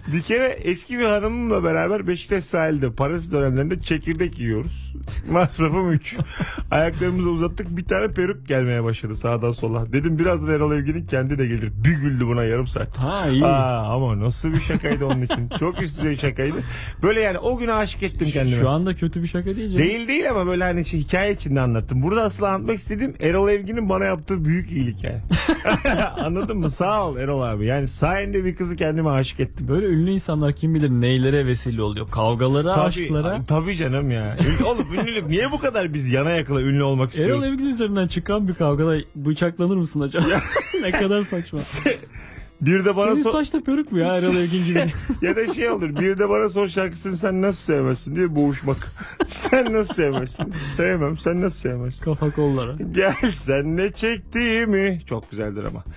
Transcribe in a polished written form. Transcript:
Bir kere eski bir hanımımla beraber Beşiktaş sahilde parası dönemlerinde çekirdek yiyoruz. Masrafım 3. Ayaklarımızı uzattık, bir tane peruk gelmeye başladı sağdan sola. Dedim birazdan Erol Evgin'in kendi de gelir. Bir güldü buna yarım saat. Ha iyi. Ama nasıl bir şakaydı onun için. Çok üst düzey şakaydı. Böyle yani o güne aşık ettim kendime. Şu anda kötü bir şaka değil canım. Değil ama böyle hani hikaye içinde anlattım. Burada asıl anlatmak istediğim Erol Evgin'in bana yaptığı büyük iyilik yani. Anladın mı? Sağ ol Erol abi. Yani sayende bir kızı kendime aşık ettim. Böyle ünlü insanlar kim bilir neylere vesile oluyor. Kavgalara, aşklara. Tabii canım ya. Oğlum ünlülük niye bu kadar biz yana yakıla ünlü olmak istiyoruz? Erol Evgin üzerinden çıkan bir kavgada bıçaklanır mısın acaba? Ne kadar saçma. Bir de bana Senin saçta peruk mu ya Erol Evgin gibi? Ya da şey olur. Bir de bana son şarkısını sen nasıl sevmezsin diye boğuşmak. Sen nasıl sevmezsin? Sevmem. Sen nasıl sevmezsin? Kafa kollara. Gel sen ne çektiğimi. Çok güzeldir ama.